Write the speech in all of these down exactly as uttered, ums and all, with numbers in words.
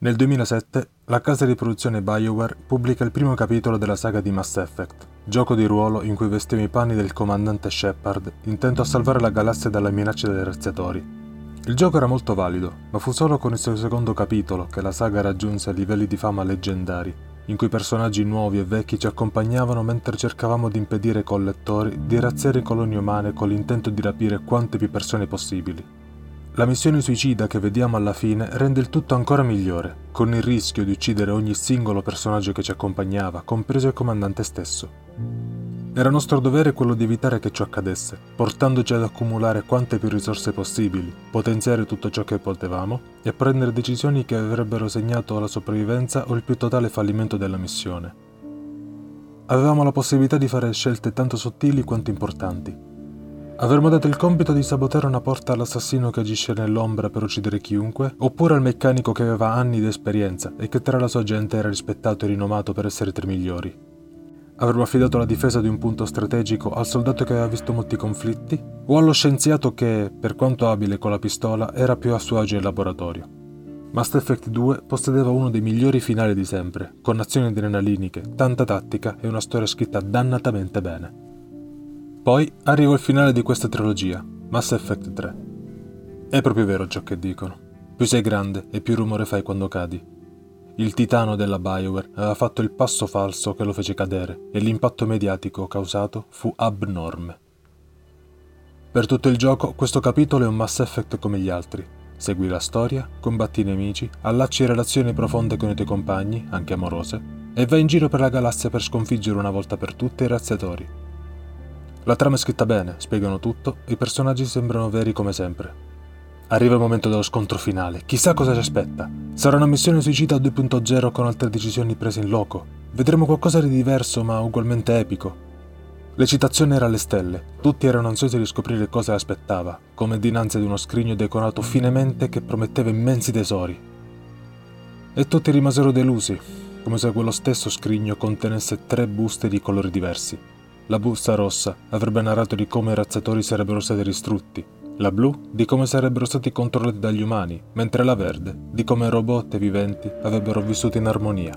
Nel duemilasette, la casa di produzione BioWare pubblica il primo capitolo della saga di Mass Effect, gioco di ruolo in cui vestiva i panni del comandante Shepard, intento a salvare la galassia dalla minaccia dei razziatori. Il gioco era molto valido, ma fu solo con il suo secondo capitolo che la saga raggiunse livelli di fama leggendari, in cui personaggi nuovi e vecchi ci accompagnavano mentre cercavamo di impedire ai collettori di razziare colonie umane con l'intento di rapire quante più persone possibili. La missione suicida che vediamo alla fine rende il tutto ancora migliore, con il rischio di uccidere ogni singolo personaggio che ci accompagnava, compreso il comandante stesso. Era nostro dovere quello di evitare che ciò accadesse, portandoci ad accumulare quante più risorse possibili, potenziare tutto ciò che potevamo e prendere decisioni che avrebbero segnato la sopravvivenza o il più totale fallimento della missione. Avevamo la possibilità di fare scelte tanto sottili quanto importanti. Avremmo dato il compito di sabotare una porta all'assassino che agisce nell'ombra per uccidere chiunque, oppure al meccanico che aveva anni di esperienza e che tra la sua gente era rispettato e rinomato per essere tra i migliori. Avremmo affidato la difesa di un punto strategico al soldato che aveva visto molti conflitti, o allo scienziato che, per quanto abile con la pistola, era più a suo agio in laboratorio. Mass Effect due possedeva uno dei migliori finali di sempre, con azioni adrenaliniche, tanta tattica e una storia scritta dannatamente bene. Poi arriva il finale di questa trilogia, Mass Effect tre. È proprio vero ciò che dicono. Più sei grande e più rumore fai quando cadi. Il titano della BioWare aveva fatto il passo falso che lo fece cadere e l'impatto mediatico causato fu abnorme. Per tutto il gioco, questo capitolo è un Mass Effect come gli altri. Segui la storia, combatti i nemici, allacci relazioni profonde con i tuoi compagni, anche amorose, e vai in giro per la galassia per sconfiggere una volta per tutte i razziatori. La trama è scritta bene, spiegano tutto, e i personaggi sembrano veri come sempre. Arriva il momento dello scontro finale, chissà cosa ci aspetta. Sarà una missione suicida due punto zero con altre decisioni prese in loco. Vedremo qualcosa di diverso ma ugualmente epico. L'eccitazione era alle stelle, tutti erano ansiosi di scoprire cosa aspettava, come dinanzi ad uno scrigno decorato finemente che prometteva immensi tesori. E tutti rimasero delusi, come se quello stesso scrigno contenesse tre buste di colori diversi. La busta rossa avrebbe narrato di come i razziatori sarebbero stati distrutti, la blu di come sarebbero stati controllati dagli umani, mentre la verde di come robot e viventi avrebbero vissuto in armonia.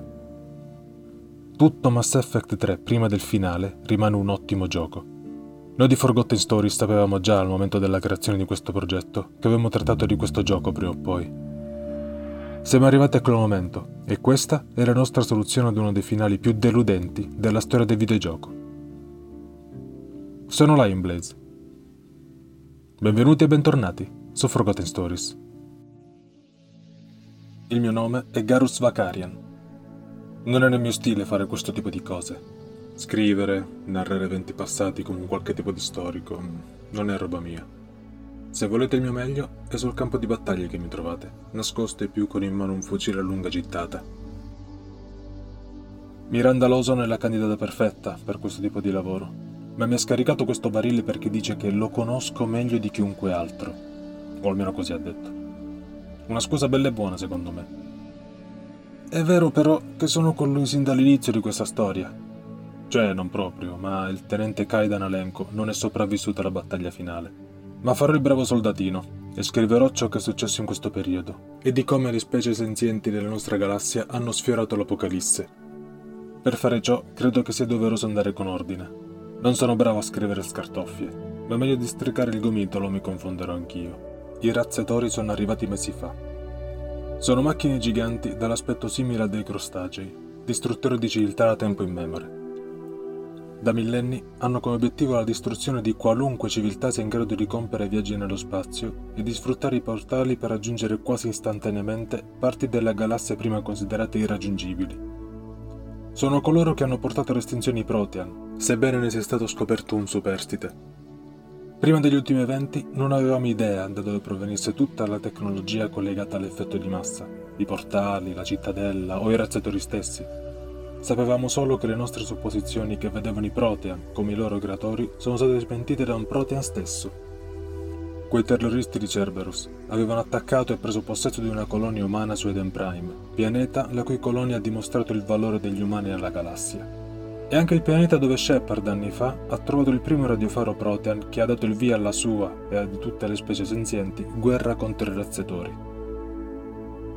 Tutto Mass Effect tre prima del finale rimane un ottimo gioco. Noi di Forgotten Stories sapevamo già al momento della creazione di questo progetto che avevamo trattato di questo gioco prima o poi. Siamo arrivati a quel momento e questa è la nostra soluzione ad uno dei finali più deludenti della storia del videogioco. Sono Lionblaze. Benvenuti e bentornati su Forgotten Stories. Il mio nome è Garrus Vakarian. Non è nel mio stile fare questo tipo di cose. Scrivere, narrare eventi passati come un qualche tipo di storico, non è roba mia. Se volete il mio meglio, è sul campo di battaglia che mi trovate, nascosto e più con in mano un fucile a lunga gittata. Miranda Lawson è la candidata perfetta per questo tipo di lavoro. Ma mi ha scaricato questo barile perché dice che lo conosco meglio di chiunque altro. O almeno così ha detto. Una scusa bella e buona, secondo me. È vero però che sono con lui sin dall'inizio di questa storia. Cioè, non proprio, ma il tenente Kaidan Alenko non è sopravvissuto alla battaglia finale. Ma farò il bravo soldatino e scriverò ciò che è successo in questo periodo e di come le specie senzienti della nostra galassia hanno sfiorato l'Apocalisse. Per fare ciò, credo che sia doveroso andare con ordine. Non sono bravo a scrivere scartoffie, ma meglio di strecare il gomitolo mi confonderò anch'io. I razziatori sono arrivati mesi fa. Sono macchine giganti dall'aspetto simile a dei crostacei, distruttori di civiltà da tempo immemore. Da millenni hanno come obiettivo la distruzione di qualunque civiltà sia in grado di compiere viaggi nello spazio e di sfruttare i portali per raggiungere quasi istantaneamente parti della galassia prima considerate irraggiungibili. Sono coloro che hanno portato all'estinzione i Protean, sebbene ne sia stato scoperto un superstite. Prima degli ultimi eventi non avevamo idea da dove provenisse tutta la tecnologia collegata all'effetto di massa, i portali, la cittadella o i razziatori stessi. Sapevamo solo che le nostre supposizioni che vedevano i Protean come i loro creatori sono state smentite da un Protean stesso. Quei terroristi di Cerberus avevano attaccato e preso possesso di una colonia umana su Eden Prime, pianeta la cui colonia ha dimostrato il valore degli umani nella galassia. È anche il pianeta dove Shepard anni fa ha trovato il primo radiofaro Protean che ha dato il via alla sua e a di tutte le specie senzienti guerra contro i razziatori.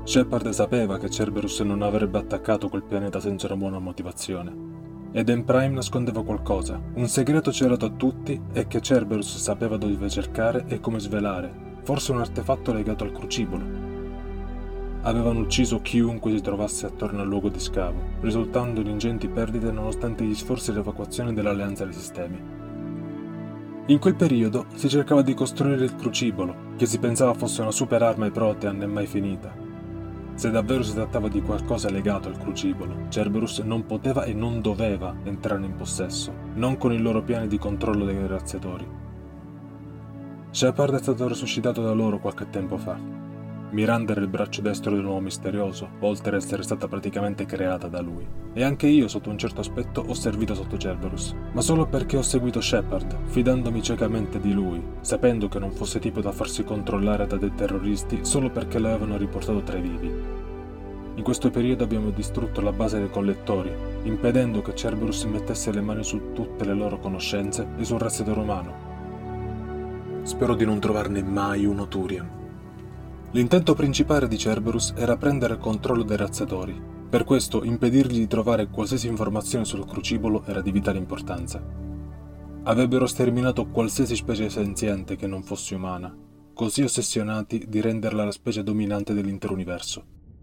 Shepard sapeva che Cerberus non avrebbe attaccato quel pianeta senza una buona motivazione. Eden Prime nascondeva qualcosa, un segreto celato a tutti e che Cerberus sapeva dove cercare e come svelare, forse un artefatto legato al crucibolo. Avevano ucciso chiunque si trovasse attorno al luogo di scavo, risultando in ingenti perdite nonostante gli sforzi di evacuazione dell'Alleanza dei Sistemi. In quel periodo si cercava di costruire il crucibolo, che si pensava fosse una super arma ai Protean e mai finita. Se davvero si trattava di qualcosa legato al crucibolo, Cerberus non poteva e non doveva entrare in possesso, non con i loro piani di controllo dei razziatori. Shepard è stato resuscitato da loro qualche tempo fa. Miranda era il braccio destro di un uomo misterioso, oltre ad essere stata praticamente creata da lui. E anche io, sotto un certo aspetto, ho servito sotto Cerberus, ma solo perché ho seguito Shepard, fidandomi ciecamente di lui, sapendo che non fosse tipo da farsi controllare da dei terroristi solo perché l'avevano riportato tra i vivi. In questo periodo abbiamo distrutto la base dei collettori, impedendo che Cerberus mettesse le mani su tutte le loro conoscenze e sul razziatore umano. Spero di non trovarne mai uno Turian. L'intento principale di Cerberus era prendere controllo dei razziatori. Per questo impedirgli di trovare qualsiasi informazione sul crucibolo era di vitale importanza. Avrebbero sterminato qualsiasi specie senziente che non fosse umana, così ossessionati di renderla la specie dominante dell'intero universo.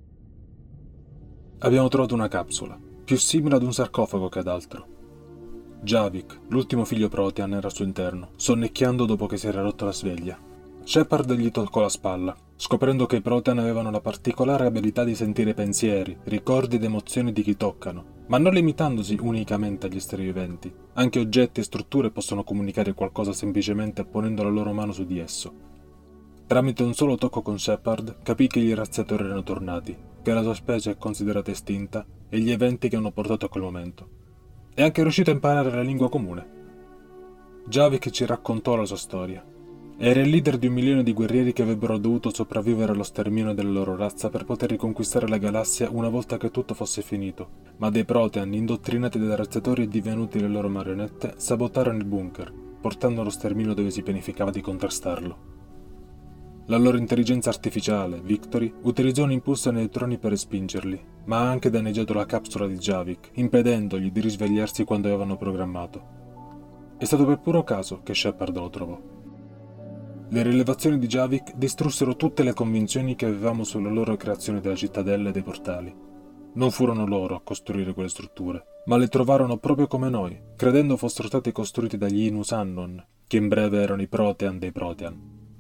Abbiamo trovato una capsula, più simile ad un sarcofago che ad altro. Javik, l'ultimo figlio Protean, era al suo interno, sonnecchiando dopo che si era rotta la sveglia. Shepard gli toccò la spalla, scoprendo che i Protean avevano la particolare abilità di sentire pensieri, ricordi ed emozioni di chi toccano, ma non limitandosi unicamente agli esseri viventi. Anche oggetti e strutture possono comunicare qualcosa semplicemente ponendo la loro mano su di esso. Tramite un solo tocco con Shepard capì che i razziatori erano tornati, che la sua specie è considerata estinta e gli eventi che hanno portato a quel momento. È anche riuscito a imparare la lingua comune. Javik ci raccontò la sua storia. Era il leader di un milione di guerrieri che avrebbero dovuto sopravvivere allo sterminio della loro razza per poter riconquistare la galassia una volta che tutto fosse finito, ma dei Protean, indottrinati dai razziatori e divenuti le loro marionette, sabotarono il bunker, portando allo sterminio dove si pianificava di contrastarlo. La loro intelligenza artificiale, Victory, utilizzò un impulso ai neutroni per respingerli, ma ha anche danneggiato la capsula di Javik, impedendogli di risvegliarsi quando avevano programmato. È stato per puro caso che Shepard lo trovò. Le rilevazioni di Javik distrussero tutte le convinzioni che avevamo sulla loro creazione della cittadella e dei portali. Non furono loro a costruire quelle strutture, ma le trovarono proprio come noi, credendo fossero stati costruiti dagli Inus Annon, che in breve erano i Protean dei Protean.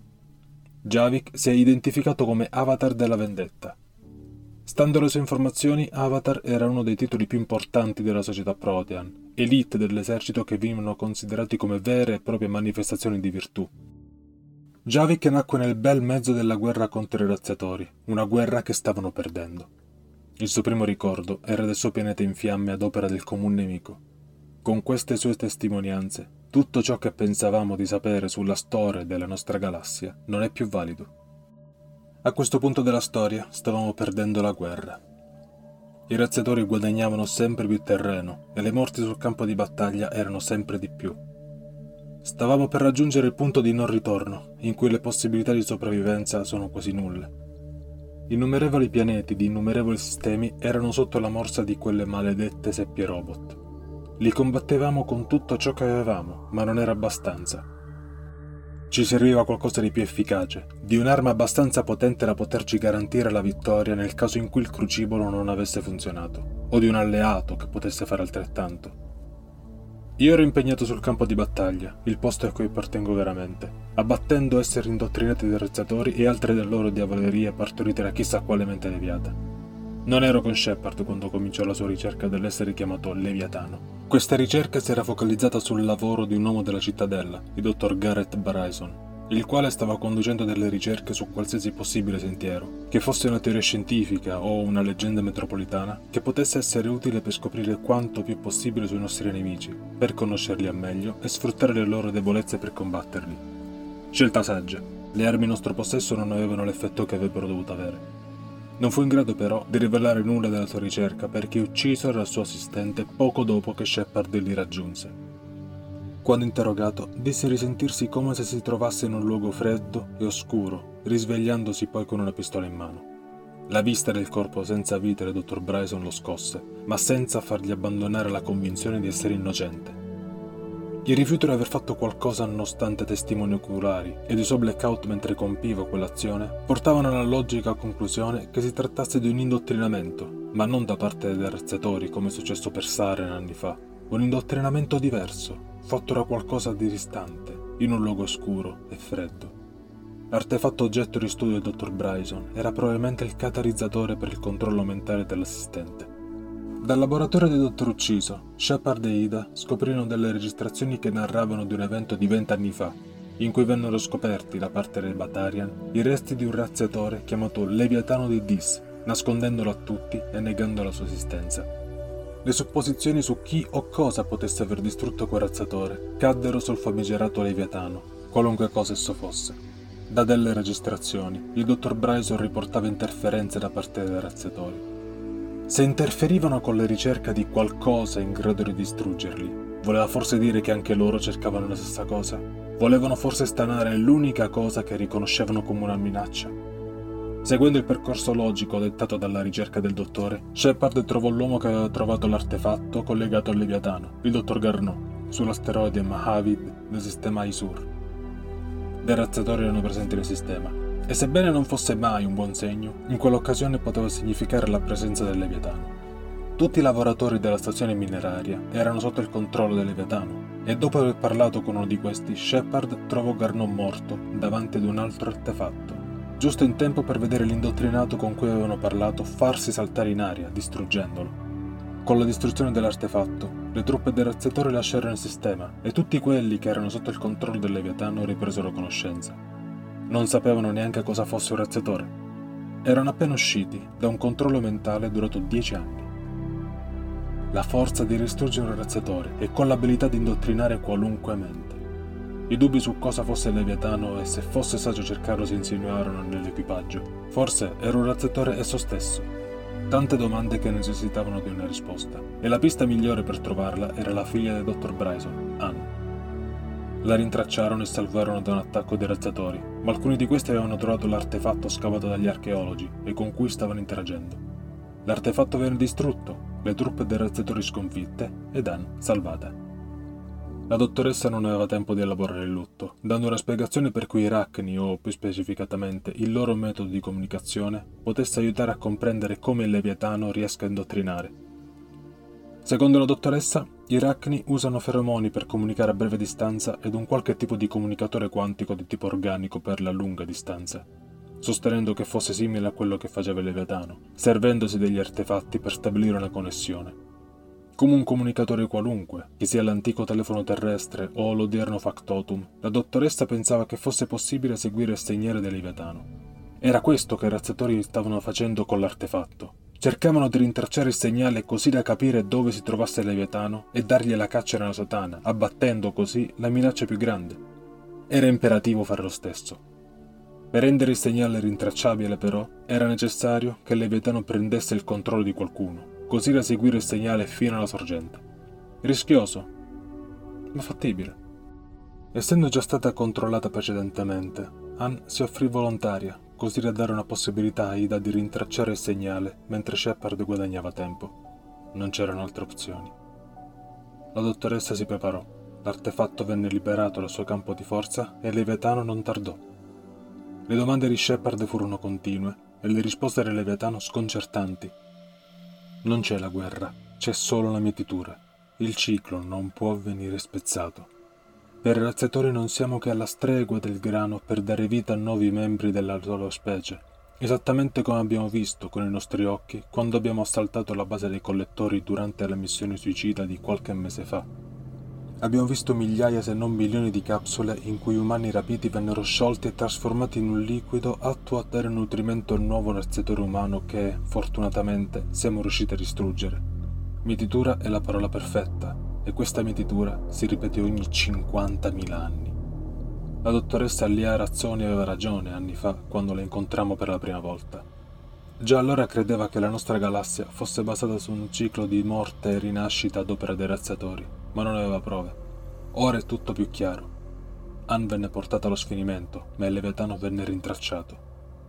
Javik si è identificato come Avatar della vendetta. Stando alle sue informazioni, Avatar era uno dei titoli più importanti della società Protean, elite dell'esercito che venivano considerati come vere e proprie manifestazioni di virtù. Javik nacque nel bel mezzo della guerra contro i razziatori, una guerra che stavano perdendo. Il suo primo ricordo era del suo pianeta in fiamme ad opera del comune nemico. Con queste sue testimonianze, tutto ciò che pensavamo di sapere sulla storia della nostra galassia non è più valido. A questo punto della storia stavamo perdendo la guerra. I razziatori guadagnavano sempre più terreno e le morti sul campo di battaglia erano sempre di più. Stavamo per raggiungere il punto di non ritorno, in cui le possibilità di sopravvivenza sono quasi nulle. Innumerevoli pianeti di innumerevoli sistemi erano sotto la morsa di quelle maledette seppie robot. Li combattevamo con tutto ciò che avevamo, ma non era abbastanza. Ci serviva qualcosa di più efficace, di un'arma abbastanza potente da poterci garantire la vittoria nel caso in cui il crucibolo non avesse funzionato, o di un alleato che potesse fare altrettanto. Io ero impegnato sul campo di battaglia, il posto a cui appartengo veramente, abbattendo esseri indottrinati dai razziatori e altre delle loro diavolerie partorite da chissà quale mente deviata. Non ero con Shepard quando cominciò la sua ricerca dell'essere chiamato Leviatano. Questa ricerca si era focalizzata sul lavoro di un uomo della cittadella, il dottor Garrett Bryson, il quale stava conducendo delle ricerche su qualsiasi possibile sentiero, che fosse una teoria scientifica o una leggenda metropolitana, che potesse essere utile per scoprire quanto più possibile sui nostri nemici, per conoscerli a meglio e sfruttare le loro debolezze per combatterli. Scelta saggia. Le armi in nostro possesso non avevano l'effetto che avrebbero dovuto avere. Non fu in grado però di rivelare nulla della sua ricerca perché ucciso dal suo assistente poco dopo che Shepard li raggiunse. Quando interrogato, disse di sentirsi come se si trovasse in un luogo freddo e oscuro, risvegliandosi poi con una pistola in mano. La vista del corpo senza vita del dottor Bryson lo scosse, ma senza fargli abbandonare la convinzione di essere innocente. Il rifiuto di aver fatto qualcosa nonostante testimoni oculari ed il suo blackout mentre compiva quell'azione portavano alla logica conclusione che si trattasse di un indottrinamento, ma non da parte dei razziatori come è successo per Saren anni fa. Un indottrinamento diverso, fatto da qualcosa di distante, in un luogo oscuro e freddo. L'artefatto oggetto di studio del dottor Bryson era probabilmente il catalizzatore per il controllo mentale dell'assistente. Dal laboratorio del dottor ucciso, Shepard e Ida scoprirono delle registrazioni che narravano di un evento di vent'anni fa, in cui vennero scoperti da parte dei Batarian i resti di un razziatore chiamato Leviatano di Dis, nascondendolo a tutti e negando la sua esistenza. Le supposizioni su chi o cosa potesse aver distrutto quel razziatore caddero sul famigerato Leviatano, qualunque cosa esso fosse. Da delle registrazioni, il dottor Bryson riportava interferenze da parte dei razziatori. Se interferivano con la ricerca di qualcosa in grado di distruggerli, voleva forse dire che anche loro cercavano la stessa cosa? Volevano forse stanare l'unica cosa che riconoscevano come una minaccia? Seguendo il percorso logico dettato dalla ricerca del dottore, Shepard trovò l'uomo che aveva trovato l'artefatto collegato al Leviatano, il dottor Garneau, sull'asteroide Mahavid nel sistema Isur. Dei razziatori erano presenti nel sistema, e sebbene non fosse mai un buon segno, in quell'occasione poteva significare la presenza del Leviatano. Tutti i lavoratori della stazione mineraria erano sotto il controllo del Leviatano, e dopo aver parlato con uno di questi, Shepard trovò Garneau morto davanti ad un altro artefatto, giusto in tempo per vedere l'indottrinato con cui avevano parlato farsi saltare in aria, distruggendolo. Con la distruzione dell'artefatto, le truppe dei razziatori lasciarono il sistema e tutti quelli che erano sotto il controllo del Leviatano ripresero conoscenza. Non sapevano neanche cosa fosse un razziatore. Erano appena usciti da un controllo mentale durato dieci anni. La forza di distruggere un razziatore e con l'abilità di indottrinare qualunque mente. I dubbi su cosa fosse il Leviatano e se fosse saggio cercarlo si insinuarono nell'equipaggio. Forse era un razziatore esso stesso. Tante domande che necessitavano di una risposta, e la pista migliore per trovarla era la figlia del dottor Bryson, Anne. La rintracciarono e salvarono da un attacco dei razziatori, ma alcuni di questi avevano trovato l'artefatto scavato dagli archeologi e con cui stavano interagendo. L'artefatto venne distrutto, le truppe dei razziatori sconfitte ed Anne salvata. La dottoressa non aveva tempo di elaborare il lutto, dando una spiegazione per cui i Rachni, o più specificatamente il loro metodo di comunicazione, potesse aiutare a comprendere come il Leviatano riesca a indottrinare. Secondo la dottoressa, i Rachni usano feromoni per comunicare a breve distanza ed un qualche tipo di comunicatore quantico di tipo organico per la lunga distanza, sostenendo che fosse simile a quello che faceva il Leviatano, servendosi degli artefatti per stabilire una connessione. Come un comunicatore qualunque, che sia l'antico telefono terrestre o l'odierno factotum, la dottoressa pensava che fosse possibile seguire il segnale del Leviatano. Era questo che i razziatori stavano facendo con l'artefatto. Cercavano di rintracciare il segnale così da capire dove si trovasse il Leviatano e dargli la caccia nella Satana, abbattendo così la minaccia più grande. Era imperativo fare lo stesso. Per rendere il segnale rintracciabile, però, era necessario che il Leviatano prendesse il controllo di qualcuno, così da seguire il segnale fino alla sorgente. Rischioso, ma fattibile. Essendo già stata controllata precedentemente, Anne si offrì volontaria, così da dare una possibilità a Ida di rintracciare il segnale mentre Shepard guadagnava tempo. Non c'erano altre opzioni. La dottoressa si preparò, l'artefatto venne liberato dal suo campo di forza e il Leviatano non tardò. Le domande di Shepard furono continue e le risposte del Leviatano sconcertanti. Non c'è la guerra, c'è solo la mietitura. Il ciclo non può venire spezzato. Per i razziatori non siamo che alla stregua del grano per dare vita a nuovi membri della loro specie, esattamente come abbiamo visto con i nostri occhi quando abbiamo assaltato la base dei collettori durante la missione suicida di qualche mese fa. Abbiamo visto migliaia se non milioni di capsule in cui umani rapiti vennero sciolti e trasformati in un liquido atto a dare nutrimento al nuovo razziatore umano che, fortunatamente, siamo riusciti a distruggere. Mietitura è la parola perfetta, e questa mietitura si ripete ogni cinquantamila anni. La dottoressa Lia Razzoni aveva ragione anni fa quando la incontrammo per la prima volta. Già allora credeva che la nostra galassia fosse basata su un ciclo di morte e rinascita ad opera dei razziatori, ma non aveva prove. Ora è tutto più chiaro. Anne venne portata allo sfinimento, ma il Leviatano venne rintracciato.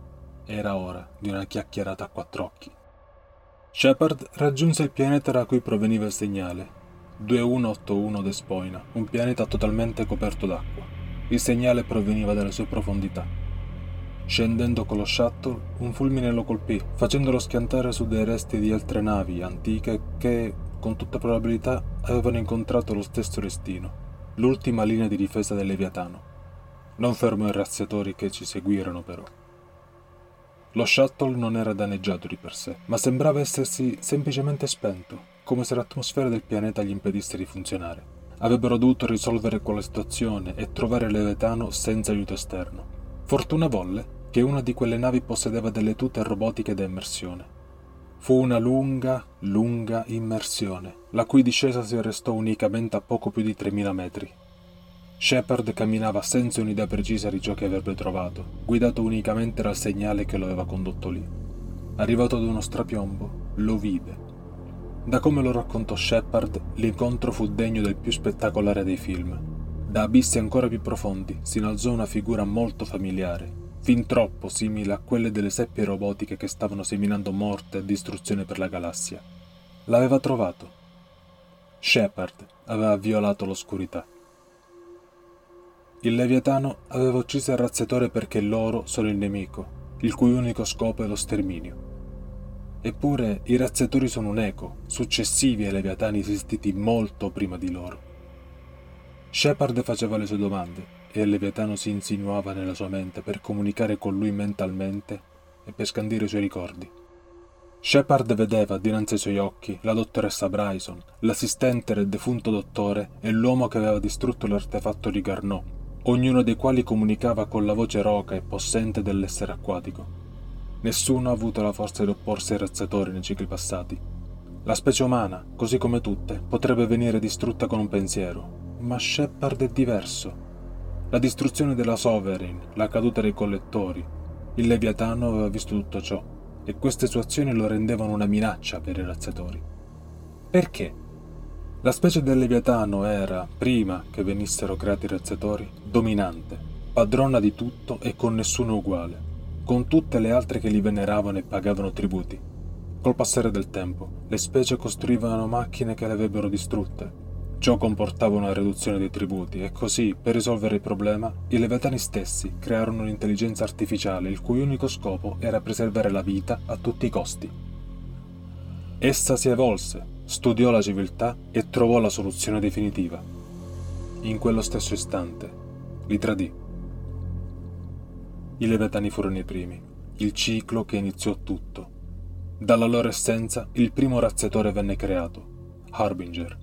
Era ora di una chiacchierata a quattro occhi. Shepard raggiunse il pianeta da cui proveniva il segnale, duemila centoottantuno Despoina, un pianeta totalmente coperto d'acqua. Il segnale proveniva dalle sue profondità. Scendendo con lo shuttle, un fulmine lo colpì, facendolo schiantare su dei resti di altre navi antiche che, con tutta probabilità, avevano incontrato lo stesso destino, l'ultima linea di difesa del Leviatano. Non fermò i razziatori che ci seguirono, però. Lo shuttle non era danneggiato di per sé, ma sembrava essersi semplicemente spento, come se l'atmosfera del pianeta gli impedisse di funzionare. Avrebbero dovuto risolvere quella situazione e trovare il Leviatano senza aiuto esterno. Fortuna volle che una di quelle navi possedeva delle tute robotiche da immersione. Fu una lunga, lunga immersione, la cui discesa si arrestò unicamente a poco più di tremila metri. Shepard camminava senza un'idea precisa di ciò che avrebbe trovato, guidato unicamente dal segnale che lo aveva condotto lì. Arrivato ad uno strapiombo, lo vide. Da come lo raccontò Shepard, l'incontro fu degno del più spettacolare dei film. Da abissi ancora più profondi si innalzò una figura molto familiare, fin troppo simile a quelle delle seppie robotiche che stavano seminando morte e distruzione per la galassia. L'aveva trovato. Shepard aveva violato l'oscurità. Il Leviatano aveva ucciso il razziatore perché loro sono il nemico, il cui unico scopo è lo sterminio. Eppure i razziatori sono un eco, successivi ai Leviatani esistiti molto prima di loro. Shepard faceva le sue domande e il Leviatano si insinuava nella sua mente per comunicare con lui mentalmente e per scandire i suoi ricordi. Shepard vedeva dinanzi ai suoi occhi la dottoressa Bryson, l'assistente del defunto dottore e l'uomo che aveva distrutto l'artefatto di Garneau, ognuno dei quali comunicava con la voce roca e possente dell'essere acquatico. Nessuno ha avuto la forza di opporsi ai razziatori nei cicli passati. La specie umana, così come tutte, potrebbe venire distrutta con un pensiero, ma Shepard è diverso. La distruzione della Sovereign, la caduta dei collettori, il Leviatano aveva visto tutto ciò, e queste sue azioni lo rendevano una minaccia per i razziatori. Perché? La specie del Leviatano era, prima che venissero creati i razziatori, dominante, padrona di tutto e con nessuno uguale, con tutte le altre che li veneravano e pagavano tributi. Col passare del tempo, le specie costruivano macchine che le avrebbero distrutte. Ciò comportava una riduzione dei tributi e così, per risolvere il problema, i Leviatani stessi crearono un'intelligenza artificiale il cui unico scopo era preservare la vita a tutti i costi. Essa si evolse, studiò la civiltà e trovò la soluzione definitiva. In quello stesso istante, li tradì. I Leviatani furono i primi, il ciclo che iniziò tutto. Dalla loro essenza, il primo razziatore venne creato, Harbinger.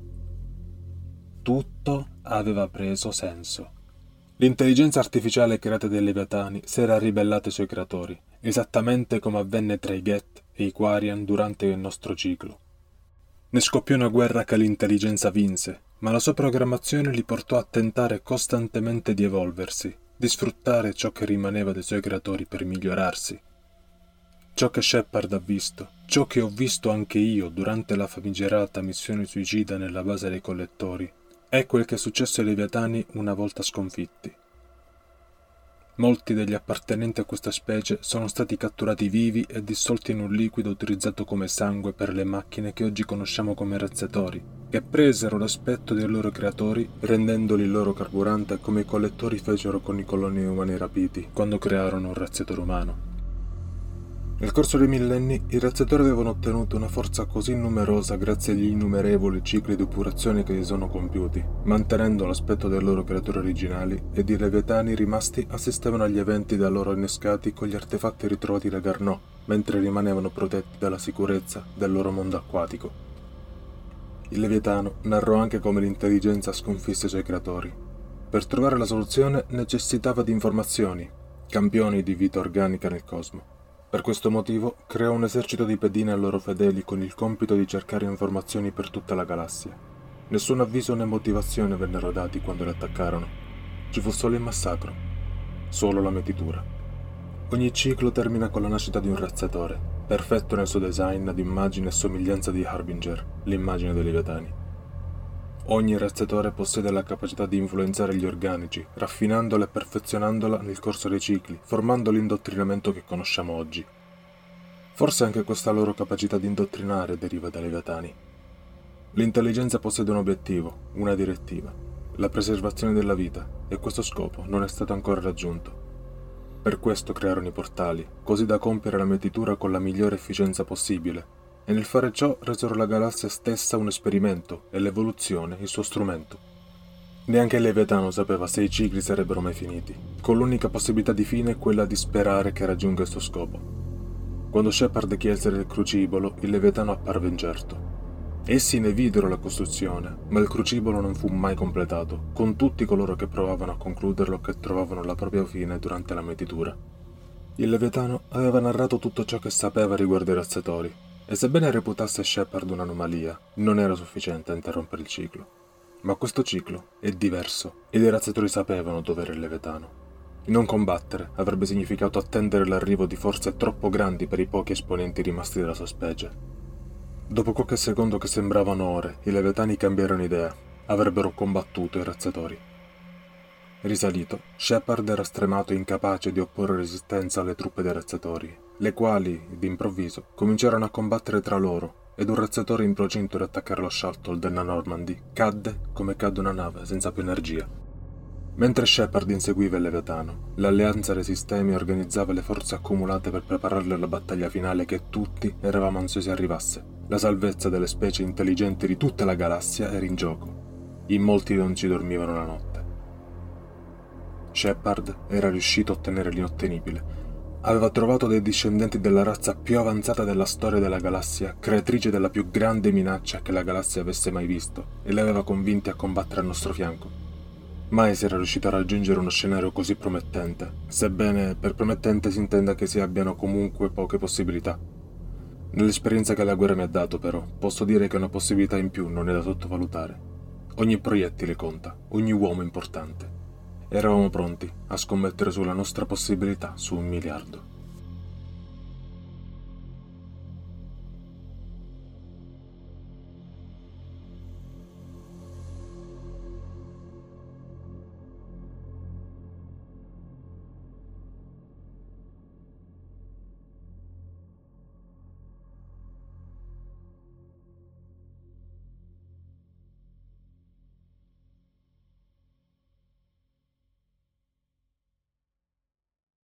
Tutto aveva preso senso. L'intelligenza artificiale creata dai Leviatani si era ribellata ai suoi creatori, esattamente come avvenne tra i Geth e i Quarian durante il nostro ciclo. Ne scoppiò una guerra che l'intelligenza vinse, ma la sua programmazione li portò a tentare costantemente di evolversi, di sfruttare ciò che rimaneva dei suoi creatori per migliorarsi. Ciò che Shepard ha visto, ciò che ho visto anche io durante la famigerata missione suicida nella base dei collettori, è quel che è successo ai Leviatani una volta sconfitti. Molti degli appartenenti a questa specie sono stati catturati vivi e dissolti in un liquido utilizzato come sangue per le macchine che oggi conosciamo come razziatori, che presero l'aspetto dei loro creatori rendendoli il loro carburante come i collettori fecero con i coloni umani rapiti quando crearono un razziatore umano. Nel corso dei millenni, i razziatori avevano ottenuto una forza così numerosa grazie agli innumerevoli cicli di depurazione che si sono compiuti, mantenendo l'aspetto dei loro creatori originali, ed i Leviatani rimasti assistevano agli eventi da loro innescati con gli artefatti ritrovati da Garneau, mentre rimanevano protetti dalla sicurezza del loro mondo acquatico. Il Leviatano narrò anche come l'intelligenza sconfisse i suoi creatori. Per trovare la soluzione necessitava di informazioni, campioni di vita organica nel cosmo. Per questo motivo creò un esercito di pedine a loro fedeli con il compito di cercare informazioni per tutta la galassia. Nessun avviso né motivazione vennero dati quando li attaccarono. Ci fu solo il massacro, solo la mietitura. Ogni ciclo termina con la nascita di un razziatore, perfetto nel suo design ad immagine e somiglianza di Harbinger, l'immagine dei Leviatani. Ogni razziatore possiede la capacità di influenzare gli organici, raffinandola e perfezionandola nel corso dei cicli, formando l'indottrinamento che conosciamo oggi. Forse anche questa loro capacità di indottrinare deriva dai Leviatani. L'intelligenza possiede un obiettivo, una direttiva, la preservazione della vita, e questo scopo non è stato ancora raggiunto. Per questo crearono i portali, così da compiere la mietitura con la migliore efficienza possibile, e nel fare ciò resero la galassia stessa un esperimento e l'evoluzione il suo strumento. Neanche il Leviatano sapeva se i cicli sarebbero mai finiti, con l'unica possibilità di fine quella di sperare che raggiunga il suo scopo. Quando Shepard chiese del crucibolo, il Leviatano apparve incerto. Essi ne videro la costruzione, ma il crucibolo non fu mai completato, con tutti coloro che provavano a concluderlo che trovavano la propria fine durante la mietitura. Il Leviatano aveva narrato tutto ciò che sapeva riguardo i razziatori, e sebbene reputasse Shepard un'anomalia, non era sufficiente a interrompere il ciclo. Ma questo ciclo è diverso, ed i razziatori sapevano dove era il Leviatano. Non combattere avrebbe significato attendere l'arrivo di forze troppo grandi per i pochi esponenti rimasti della sua specie. Dopo qualche secondo che sembravano ore, i Leviatani cambiarono idea, avrebbero combattuto i razziatori. Risalito, Shepard era stremato e incapace di opporre resistenza alle truppe dei razziatori, le quali, d'improvviso, cominciarono a combattere tra loro, ed un razziatore in procinto di attaccare lo shuttle della Normandy cadde come cadde una nave senza più energia. Mentre Shepard inseguiva il Leviatano, l'Alleanza dei Sistemi organizzava le forze accumulate per prepararle alla battaglia finale che tutti eravamo ansiosi arrivasse. La salvezza delle specie intelligenti di tutta la galassia era in gioco. In molti non ci dormivano la notte. Shepard era riuscito a ottenere l'inottenibile. Aveva trovato dei discendenti della razza più avanzata della storia della galassia, creatrice della più grande minaccia che la galassia avesse mai visto, e li aveva convinti a combattere al nostro fianco. Mai si era riuscito a raggiungere uno scenario così promettente, sebbene per promettente si intenda che si abbiano comunque poche possibilità. Nell'esperienza che la guerra mi ha dato, però, posso dire che una possibilità in più non è da sottovalutare. Ogni proiettile conta, ogni uomo è importante. Eravamo pronti a scommettere sulla nostra possibilità su un miliardo.